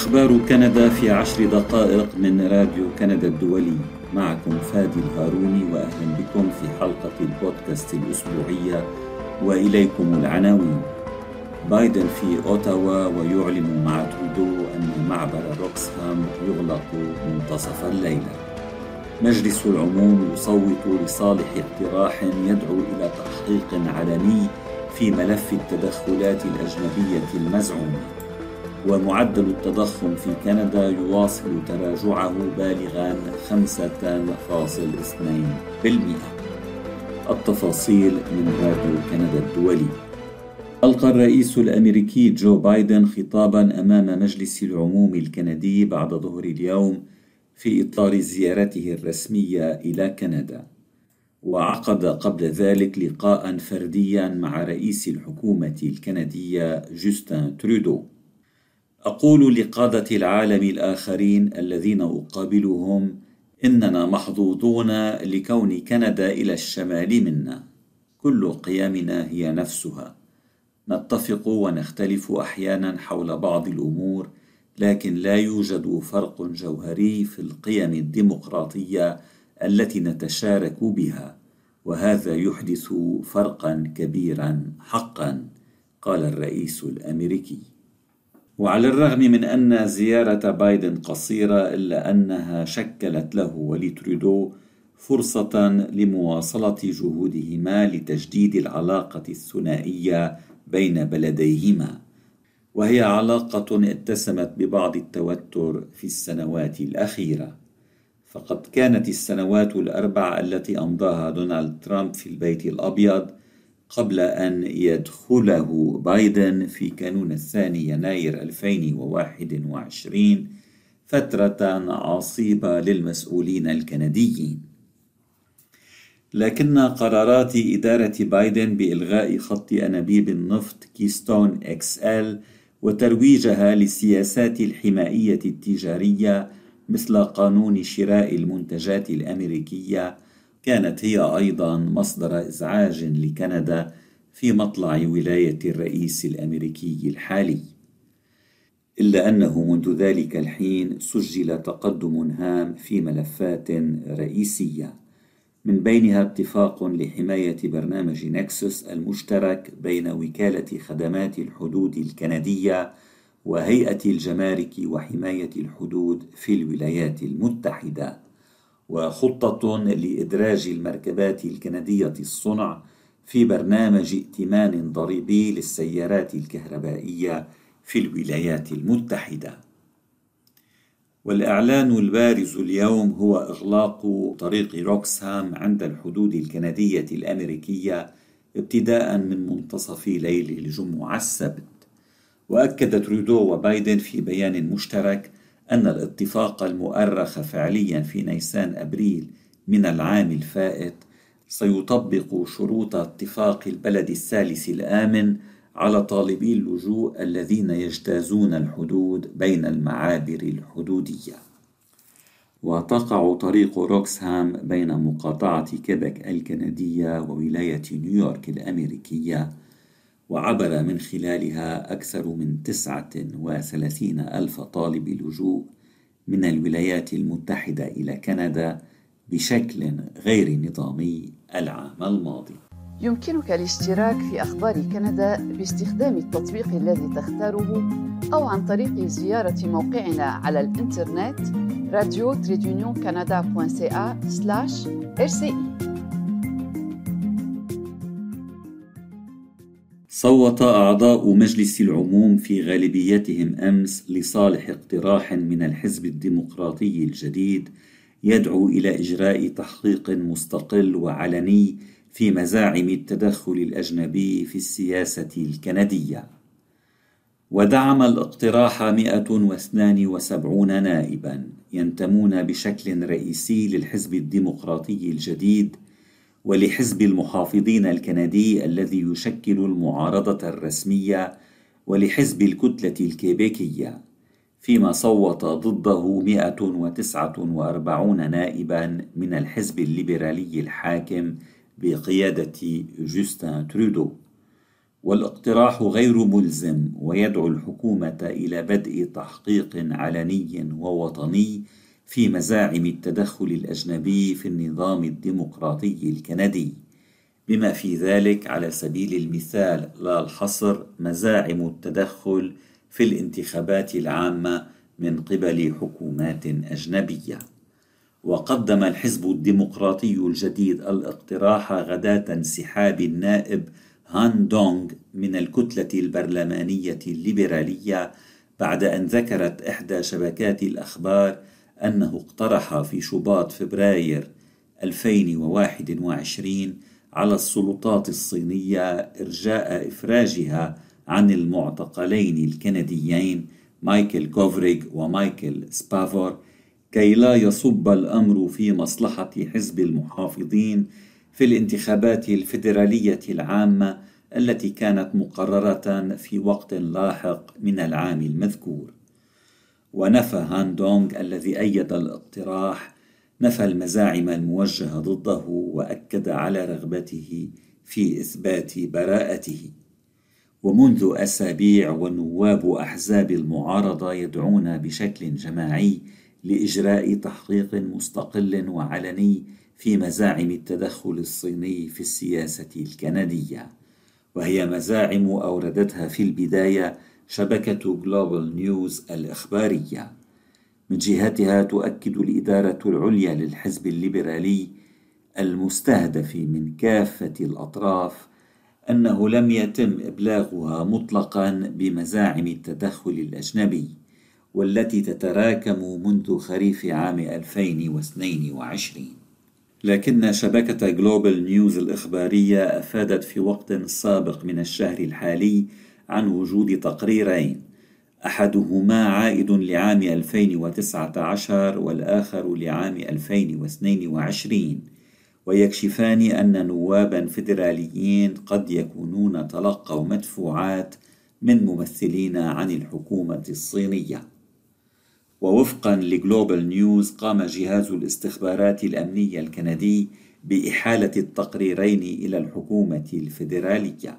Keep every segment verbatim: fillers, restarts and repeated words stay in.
أخبار كندا في عشر دقائق من راديو كندا الدولي. معكم فادي الهاروني، وأهلا بكم في حلقة البودكاست الأسبوعية، وإليكم العناوين. بايدن في أوتاوا ويعلن مع ترودو أن معبر روكسهام يغلق منتصف الليلة. مجلس العموم يصوت لصالح اقتراح يدعو إلى تحقيق علني في ملف التدخلات الأجنبية المزعومة. ومعدل التضخم في كندا يواصل تراجعه بالغا خمسة فاصل اثنين بالمئة. التفاصيل من راديو كندا الدولي. ألقى الرئيس الأمريكي جو بايدن خطابا أمام مجلس العموم الكندي بعد ظهر اليوم في إطار زيارته الرسمية إلى كندا، وعقد قبل ذلك لقاء فرديا مع رئيس الحكومة الكندية جوستن ترودو. أقول لقادة العالم الآخرين الذين أقابلهم إننا محظوظون لكون كندا إلى الشمال منا. كل قيمنا هي نفسها، نتفق ونختلف أحيانا حول بعض الأمور، لكن لا يوجد فرق جوهري في القيم الديمقراطية التي نتشارك بها، وهذا يحدث فرقا كبيرا حقا، قال الرئيس الأمريكي. وعلى الرغم من أن زيارة بايدن قصيرة، إلا أنها شكلت له ولترودو فرصة لمواصلة جهودهما لتجديد العلاقة الثنائية بين بلديهما، وهي علاقة اتسمت ببعض التوتر في السنوات الأخيرة. فقد كانت السنوات الأربع التي أمضاها دونالد ترامب في البيت الأبيض قبل أن يدخله بايدن في كانون الثاني يناير ألفين وواحد وعشرين فترة عصيبة للمسؤولين الكنديين. لكن قرارات إدارة بايدن بإلغاء خط أنابيب النفط كيستون إكس إل وترويجها للسياسات الحمائية التجارية مثل قانون شراء المنتجات الأمريكية كانت هي أيضا مصدر إزعاج لكندا في مطلع ولاية الرئيس الأمريكي الحالي. إلا أنه منذ ذلك الحين سجل تقدم هام في ملفات رئيسية، من بينها اتفاق لحماية برنامج نكسوس المشترك بين وكالة خدمات الحدود الكندية وهيئة الجمارك وحماية الحدود في الولايات المتحدة، وخطة لإدراج المركبات الكندية الصنع في برنامج ائتمان ضريبي للسيارات الكهربائية في الولايات المتحدة. والإعلان البارز اليوم هو إغلاق طريق روكسهام عند الحدود الكندية الأمريكية ابتداء من منتصف ليل الجمعة السبت. وأكد ترودو وبايدن في بيان مشترك أن الاتفاق المؤرخ فعليا في نيسان أبريل من العام الفائت سيطبق شروط اتفاق البلد الثالث الآمن على طالبي اللجوء الذين يجتازون الحدود بين المعابر الحدودية. وتقع طريق روكسهام بين مقاطعة كيبك الكندية وولاية نيويورك الأمريكية، وعبر من خلالها أكثر من تسعة وثلاثين ألف طالب لجوء من الولايات المتحدة إلى كندا بشكل غير نظامي العام الماضي. يمكنك الاشتراك في أخبار كندا باستخدام التطبيق الذي تختاره أو عن طريق زيارة موقعنا على الإنترنت راديو تريدونيون كندا دوت سي إيه سلاش إر سي إي. صوت أعضاء مجلس العموم في غالبيتهم أمس لصالح اقتراح من الحزب الديمقراطي الجديد يدعو إلى إجراء تحقيق مستقل وعلني في مزاعم التدخل الأجنبي في السياسة الكندية. ودعم الاقتراح مئة واثنين وسبعين نائبا ينتمون بشكل رئيسي للحزب الديمقراطي الجديد ولحزب المحافظين الكندي الذي يشكل المعارضة الرسمية ولحزب الكتلة الكيبيكية، فيما صوت ضده مئة وتسعة وأربعين نائبا من الحزب الليبرالي الحاكم بقيادة جوستن ترودو. والاقتراح غير ملزم ويدعو الحكومة إلى بدء تحقيق علني ووطني في مزاعم التدخل الأجنبي في النظام الديمقراطي الكندي، بما في ذلك على سبيل المثال لا الحصر مزاعم التدخل في الانتخابات العامة من قبل حكومات أجنبية. وقدم الحزب الديمقراطي الجديد الاقتراح غداة انسحاب النائب هان دونغ من الكتلة البرلمانية الليبرالية بعد أن ذكرت إحدى شبكات الأخبار أنه اقترح في شباط فبراير ألفين وواحد وعشرين على السلطات الصينية إرجاء إفراجها عن المعتقلين الكنديين مايكل كوفريغ ومايكل سبافور كي لا يصب الأمر في مصلحة حزب المحافظين في الانتخابات الفيدرالية العامة التي كانت مقررة في وقت لاحق من العام المذكور. ونفى هان دونغ الذي أيد الاقتراح نفى المزاعم الموجهة ضده وأكد على رغبته في إثبات براءته. ومنذ أسابيع ونواب أحزاب المعارضة يدعون بشكل جماعي لإجراء تحقيق مستقل وعلني في مزاعم التدخل الصيني في السياسة الكندية، وهي مزاعم أوردتها في البداية شبكة جلوبال نيوز الإخبارية. من جهتها تؤكد الإدارة العليا للحزب الليبرالي المستهدف من كافة الأطراف أنه لم يتم إبلاغها مطلقا بمزاعم التدخل الأجنبي والتي تتراكم منذ خريف عام ألفين واثنين وعشرين. لكن شبكة جلوبال نيوز الإخبارية أفادت في وقت سابق من الشهر الحالي عن وجود تقريرين، أحدهما عائد لعام ألفين وتسعة عشر والآخر لعام ألفين واثنين وعشرين، ويكشفان أن نوابا فيدراليين قد يكونون تلقوا مدفوعات من ممثلين عن الحكومة الصينية. ووفقا لجلوبال نيوز قام جهاز الاستخبارات الأمنية الكندي بإحالة التقريرين إلى الحكومة الفيدرالية.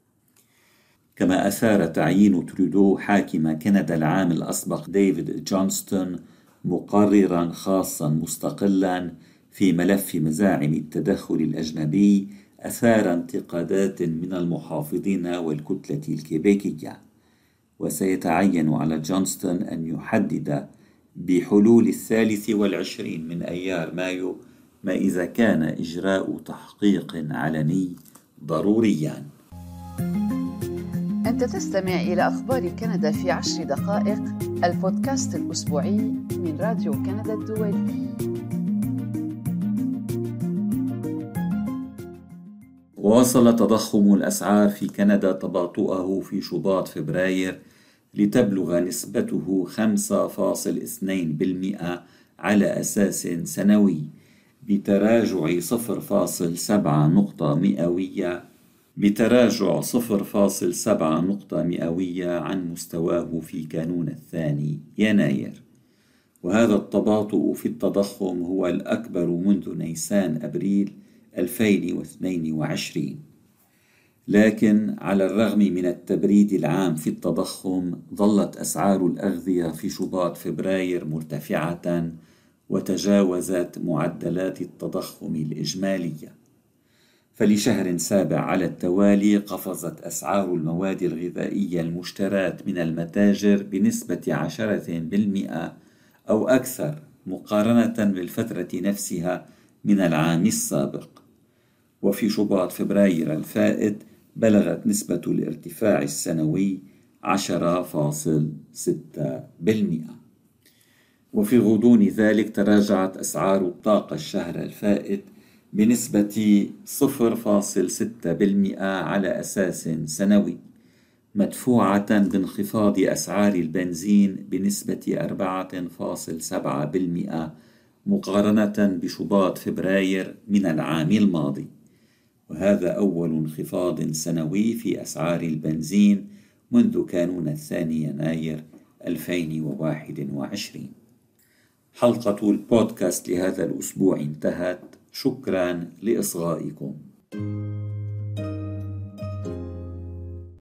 كما أثار تعيين ترودو حاكم كندا العام الأسبق ديفيد جونستون مقررا خاصا مستقلا في ملف مزاعم التدخل الأجنبي أثار انتقادات من المحافظين والكتلة الكيبيكية. وسيتعين على جونستون أن يحدد بحلول الثالث والعشرين من أيار مايو ما إذا كان إجراء تحقيق علني ضروريا. أنت تستمع إلى أخبار كندا في عشر دقائق، البودكاست الأسبوعي من راديو كندا الدولي. واصل تضخم الأسعار في كندا تباطؤه في شباط فبراير لتبلغ نسبته خمسة فاصل اثنين بالمئة على أساس سنوي بتراجع صفر فاصل سبعة نقطة مئوية بتراجع صفر فاصل سبعة نقطة مئوية عن مستواه في كانون الثاني يناير. وهذا التباطؤ في التضخم هو الأكبر منذ نيسان أبريل ألفين واثنين وعشرين. لكن على الرغم من التبريد العام في التضخم ظلت أسعار الأغذية في شباط فبراير مرتفعة وتجاوزت معدلات التضخم الإجمالية. فلشهر سابع على التوالي قفزت أسعار المواد الغذائية المشتراة من المتاجر بنسبة عشرة بالمئة أو أكثر مقارنة بالفترة نفسها من العام السابق. وفي شباط فبراير الفائت بلغت نسبة الارتفاع السنوي عشرة فاصل ستة بالمئة. وفي غضون ذلك تراجعت أسعار الطاقة الشهر الفائت بنسبة صفر فاصل ستة بالمئة على أساس سنوي، مدفوعة بانخفاض أسعار البنزين بنسبة أربعة فاصل سبعة بالمئة مقارنة بشباط فبراير من العام الماضي. وهذا أول انخفاض سنوي في أسعار البنزين منذ كانون الثاني يناير ألفين وواحد وعشرين. حلقة البودكاست لهذا الأسبوع انتهت. شكرا لإصغائكم.